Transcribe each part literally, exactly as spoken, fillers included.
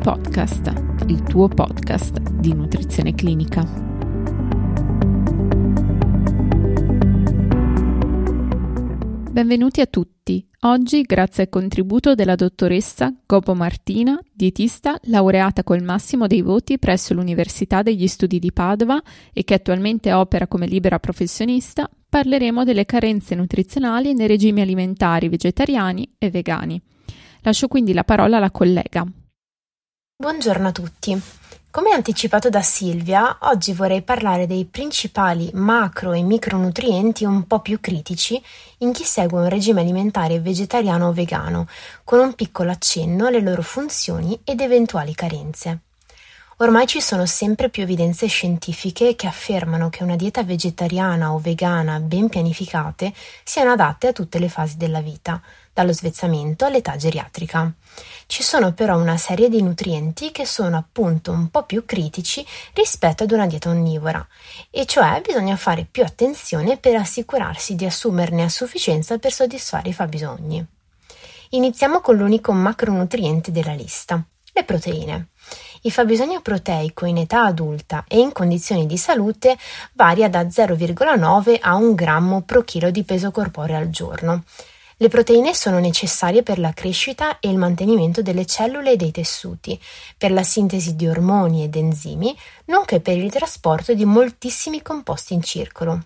Podcast, il tuo podcast di nutrizione clinica. Benvenuti a tutti. Oggi, grazie al contributo della dottoressa Gopo Martina, dietista laureata col massimo dei voti presso l'Università degli Studi di Padova e che attualmente opera come libera professionista, parleremo delle carenze nutrizionali nei regimi alimentari vegetariani e vegani. Lascio quindi la parola alla collega. Buongiorno a tutti. Come anticipato da Silvia, oggi vorrei parlare dei principali macro e micronutrienti un po' più critici in chi segue un regime alimentare vegetariano o vegano, con un piccolo accenno alle loro funzioni ed eventuali carenze. Ormai ci sono sempre più evidenze scientifiche che affermano che una dieta vegetariana o vegana ben pianificate siano adatte a tutte le fasi della vita, dallo svezzamento all'età geriatrica. Ci sono però una serie di nutrienti che sono appunto un po' più critici rispetto ad una dieta onnivora, e cioè bisogna fare più attenzione per assicurarsi di assumerne a sufficienza per soddisfare i fabbisogni. Iniziamo con l'unico macronutriente della lista, le proteine. Il fabbisogno proteico in età adulta e in condizioni di salute varia da zero virgola nove a un grammo pro chilo di peso corporeo al giorno. Le proteine sono necessarie per la crescita e il mantenimento delle cellule e dei tessuti, per la sintesi di ormoni ed enzimi, nonché per il trasporto di moltissimi composti in circolo.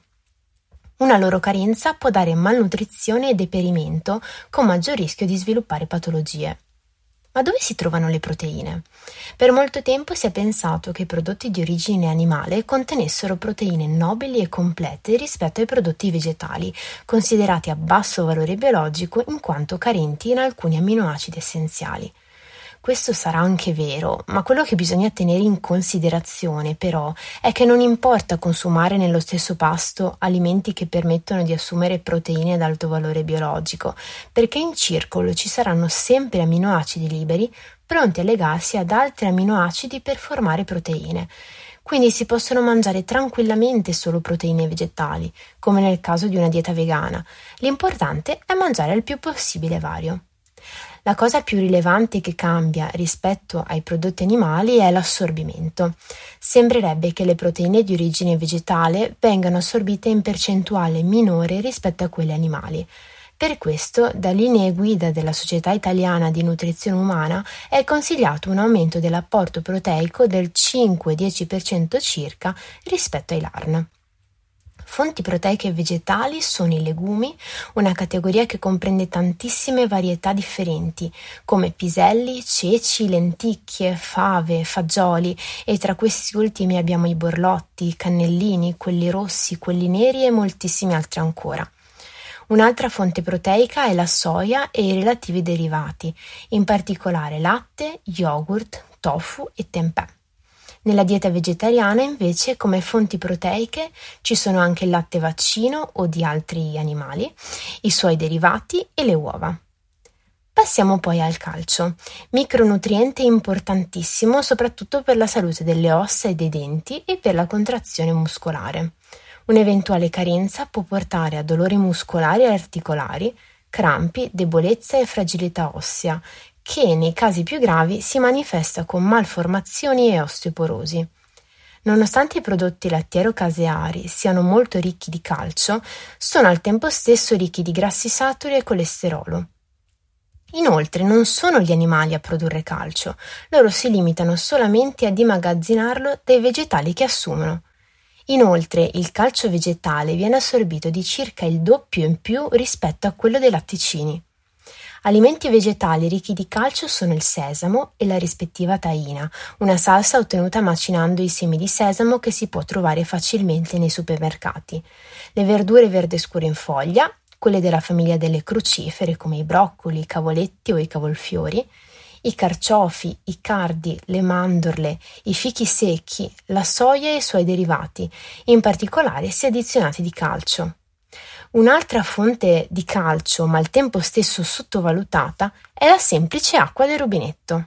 Una loro carenza può dare malnutrizione e deperimento, con maggior rischio di sviluppare patologie. Ma dove si trovano le proteine? Per molto tempo si è pensato che i prodotti di origine animale contenessero proteine nobili e complete rispetto ai prodotti vegetali, considerati a basso valore biologico in quanto carenti in alcuni amminoacidi essenziali. Questo sarà anche vero, ma quello che bisogna tenere in considerazione però è che non importa consumare nello stesso pasto alimenti che permettono di assumere proteine ad alto valore biologico, perché in circolo ci saranno sempre amminoacidi liberi pronti a legarsi ad altri amminoacidi per formare proteine. Quindi si possono mangiare tranquillamente solo proteine vegetali, come nel caso di una dieta vegana. L'importante è mangiare il più possibile vario. La cosa più rilevante che cambia rispetto ai prodotti animali è l'assorbimento. Sembrerebbe che le proteine di origine vegetale vengano assorbite in percentuale minore rispetto a quelle animali. Per questo, da linee guida della Società Italiana di Nutrizione Umana è consigliato un aumento dell'apporto proteico del cinque-dieci per cento circa rispetto ai L A R N. Fonti proteiche vegetali sono i legumi, una categoria che comprende tantissime varietà differenti, come piselli, ceci, lenticchie, fave, fagioli, e tra questi ultimi abbiamo i borlotti, i cannellini, quelli rossi, quelli neri e moltissimi altri ancora. Un'altra fonte proteica è la soia e i relativi derivati, in particolare latte, yogurt, tofu e tempeh. Nella dieta vegetariana, invece, come fonti proteiche ci sono anche il latte vaccino o di altri animali, i suoi derivati e le uova. Passiamo poi al calcio, micronutriente importantissimo soprattutto per la salute delle ossa e dei denti e per la contrazione muscolare. Un'eventuale carenza può portare a dolori muscolari e articolari, crampi, debolezza e fragilità ossea, che nei casi più gravi si manifesta con malformazioni e osteoporosi. Nonostante i prodotti lattiero-caseari siano molto ricchi di calcio, sono al tempo stesso ricchi di grassi saturi e colesterolo. Inoltre non sono gli animali a produrre calcio, loro si limitano solamente ad immagazzinarlo dai vegetali che assumono. Inoltre il calcio vegetale viene assorbito di circa il doppio in più rispetto a quello dei latticini. Alimenti vegetali ricchi di calcio sono il sesamo e la rispettiva tahina, una salsa ottenuta macinando i semi di sesamo che si può trovare facilmente nei supermercati. Le verdure verde scure in foglia, quelle della famiglia delle crucifere come i broccoli, i cavoletti o i cavolfiori, i carciofi, i cardi, le mandorle, i fichi secchi, la soia e i suoi derivati, in particolare se addizionati di calcio. Un'altra fonte di calcio, ma al tempo stesso sottovalutata, è la semplice acqua del rubinetto.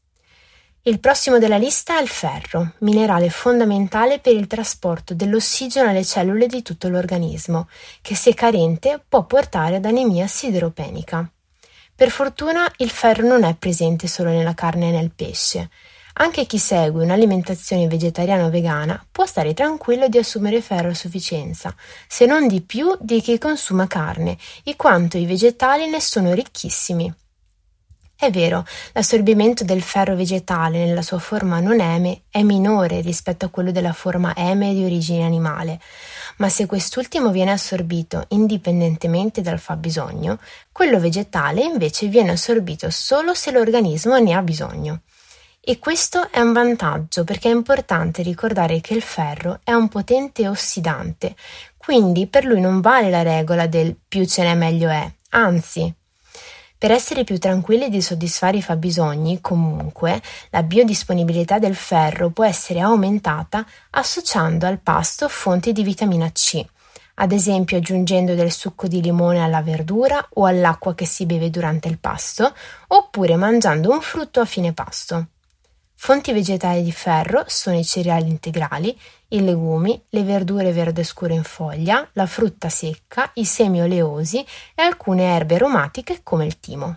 Il prossimo della lista è il ferro, minerale fondamentale per il trasporto dell'ossigeno alle cellule di tutto l'organismo, che se carente può portare ad anemia sideropenica. Per fortuna il ferro non è presente solo nella carne e nel pesce. Anche chi segue un'alimentazione vegetariana o vegana può stare tranquillo di assumere ferro a sufficienza, se non di più di chi consuma carne, in quanto i vegetali ne sono ricchissimi. È vero, l'assorbimento del ferro vegetale nella sua forma non eme è minore rispetto a quello della forma eme di origine animale, ma se quest'ultimo viene assorbito indipendentemente dal fabbisogno, quello vegetale invece viene assorbito solo se l'organismo ne ha bisogno. E questo è un vantaggio perché è importante ricordare che il ferro è un potente ossidante, quindi per lui non vale la regola del più ce n'è meglio è, anzi. Per essere più tranquilli di soddisfare i fabbisogni, comunque, la biodisponibilità del ferro può essere aumentata associando al pasto fonti di vitamina C, ad esempio aggiungendo del succo di limone alla verdura o all'acqua che si beve durante il pasto, oppure mangiando un frutto a fine pasto. Fonti vegetali di ferro sono i cereali integrali, i legumi, le verdure verde scuro in foglia, la frutta secca, i semi oleosi e alcune erbe aromatiche come il timo.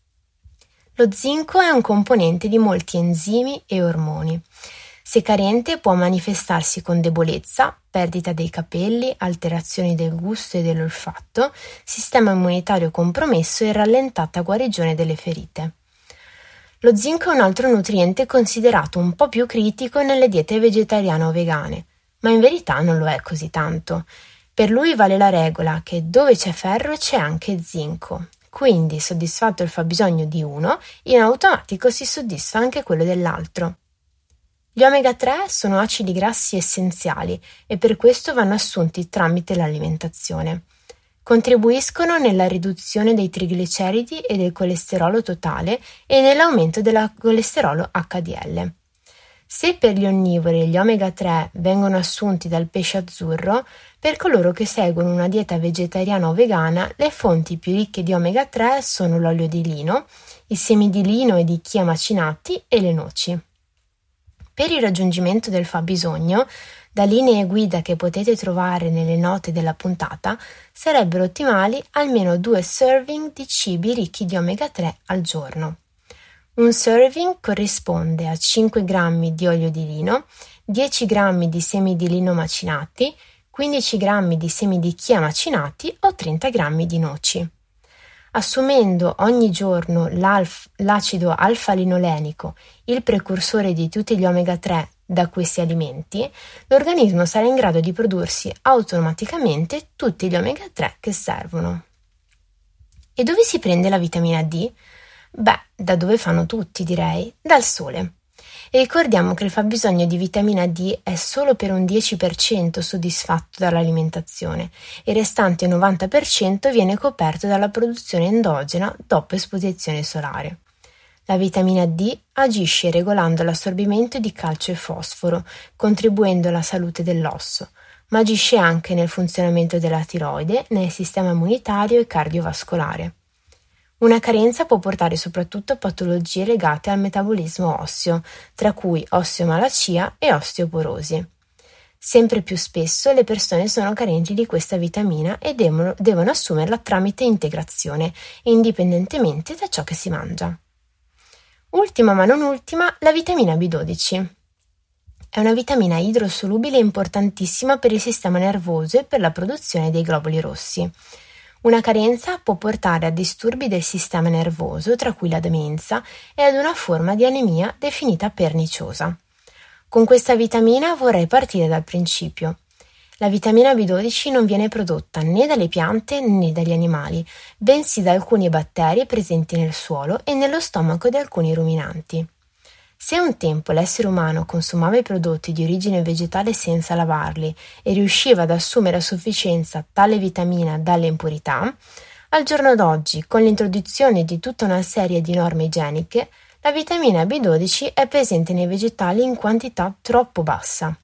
Lo zinco è un componente di molti enzimi e ormoni. Se carente può manifestarsi con debolezza, perdita dei capelli, alterazioni del gusto e dell'olfatto, sistema immunitario compromesso e rallentata guarigione delle ferite. Lo zinco è un altro nutriente considerato un po' più critico nelle diete vegetariane o vegane, ma in verità non lo è così tanto. Per lui vale la regola che dove c'è ferro c'è anche zinco, quindi soddisfatto il fabbisogno di uno, in automatico si soddisfa anche quello dell'altro. Gli omega tre sono acidi grassi essenziali e per questo vanno assunti tramite l'alimentazione. Contribuiscono nella riduzione dei trigliceridi e del colesterolo totale e nell'aumento del colesterolo acca di elle. Se per gli onnivori gli omega tre vengono assunti dal pesce azzurro, per coloro che seguono una dieta vegetariana o vegana, le fonti più ricche di omega tre sono l'olio di lino, i semi di lino e di chia macinati e le noci. Per il raggiungimento del fabbisogno, da linee guida che potete trovare nelle note della puntata, sarebbero ottimali almeno due serving di cibi ricchi di omega tre al giorno. Un serving corrisponde a cinque grammi di olio di lino, dieci grammi di semi di lino macinati, quindici grammi di semi di chia macinati o trenta grammi di noci. Assumendo ogni giorno l'acido alfa-linolenico, il precursore di tutti gli omega tre da questi alimenti, l'organismo sarà in grado di prodursi automaticamente tutti gli omega tre che servono. E dove si prende la vitamina D? Beh, da dove fanno tutti, direi, dal sole. E ricordiamo che il fabbisogno di vitamina D è solo per un dieci per cento soddisfatto dall'alimentazione e il restante novanta per cento viene coperto dalla produzione endogena dopo esposizione solare. La vitamina D agisce regolando l'assorbimento di calcio e fosforo, contribuendo alla salute dell'osso, ma agisce anche nel funzionamento della tiroide, nel sistema immunitario e cardiovascolare. Una carenza può portare soprattutto a patologie legate al metabolismo osseo, tra cui osteomalacia e osteoporosi. Sempre più spesso le persone sono carenti di questa vitamina e devono, devono assumerla tramite integrazione, indipendentemente da ciò che si mangia. Ultima ma non ultima, la vitamina B dodici. È una vitamina idrosolubile importantissima per il sistema nervoso e per la produzione dei globuli rossi. Una carenza può portare a disturbi del sistema nervoso, tra cui la demenza, e ad una forma di anemia definita perniciosa. Con questa vitamina vorrei partire dal principio. La vitamina B dodici non viene prodotta né dalle piante né dagli animali, bensì da alcuni batteri presenti nel suolo e nello stomaco di alcuni ruminanti. Se un tempo l'essere umano consumava i prodotti di origine vegetale senza lavarli e riusciva ad assumere a sufficienza tale vitamina dalle impurità, al giorno d'oggi, con l'introduzione di tutta una serie di norme igieniche, la vitamina B dodici è presente nei vegetali in quantità troppo bassa.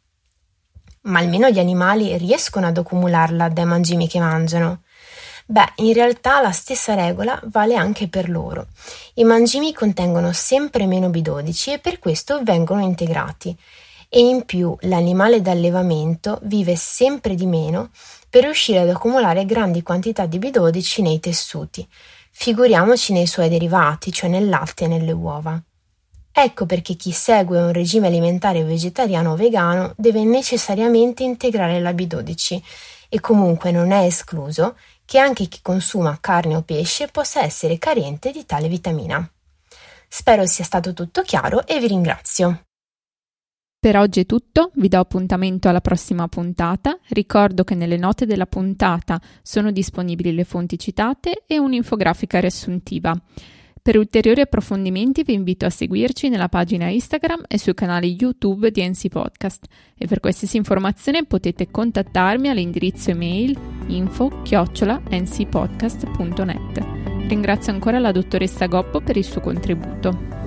Ma almeno gli animali riescono ad accumularla dai mangimi che mangiano. Beh, in realtà la stessa regola vale anche per loro. I mangimi contengono sempre meno B dodici e per questo vengono integrati. E in più l'animale d'allevamento vive sempre di meno per riuscire ad accumulare grandi quantità di B dodici nei tessuti. figuriamoci nei suoi derivati, cioè nel latte e nelle uova. Ecco perché chi segue un regime alimentare vegetariano o vegano deve necessariamente integrare la B dodici e comunque non è escluso che anche chi consuma carne o pesce possa essere carente di tale vitamina. Spero sia stato tutto chiaro e vi ringrazio. Per oggi è tutto, vi do appuntamento alla prossima puntata. Ricordo che nelle note della puntata sono disponibili le fonti citate e un'infografica riassuntiva. Per ulteriori approfondimenti vi invito a seguirci nella pagina Instagram e sui canali YouTube di N C Podcast e per qualsiasi informazione potete contattarmi all'indirizzo email info chiocciola n c podcast punto net. Ringrazio ancora la dottoressa Goppo per il suo contributo.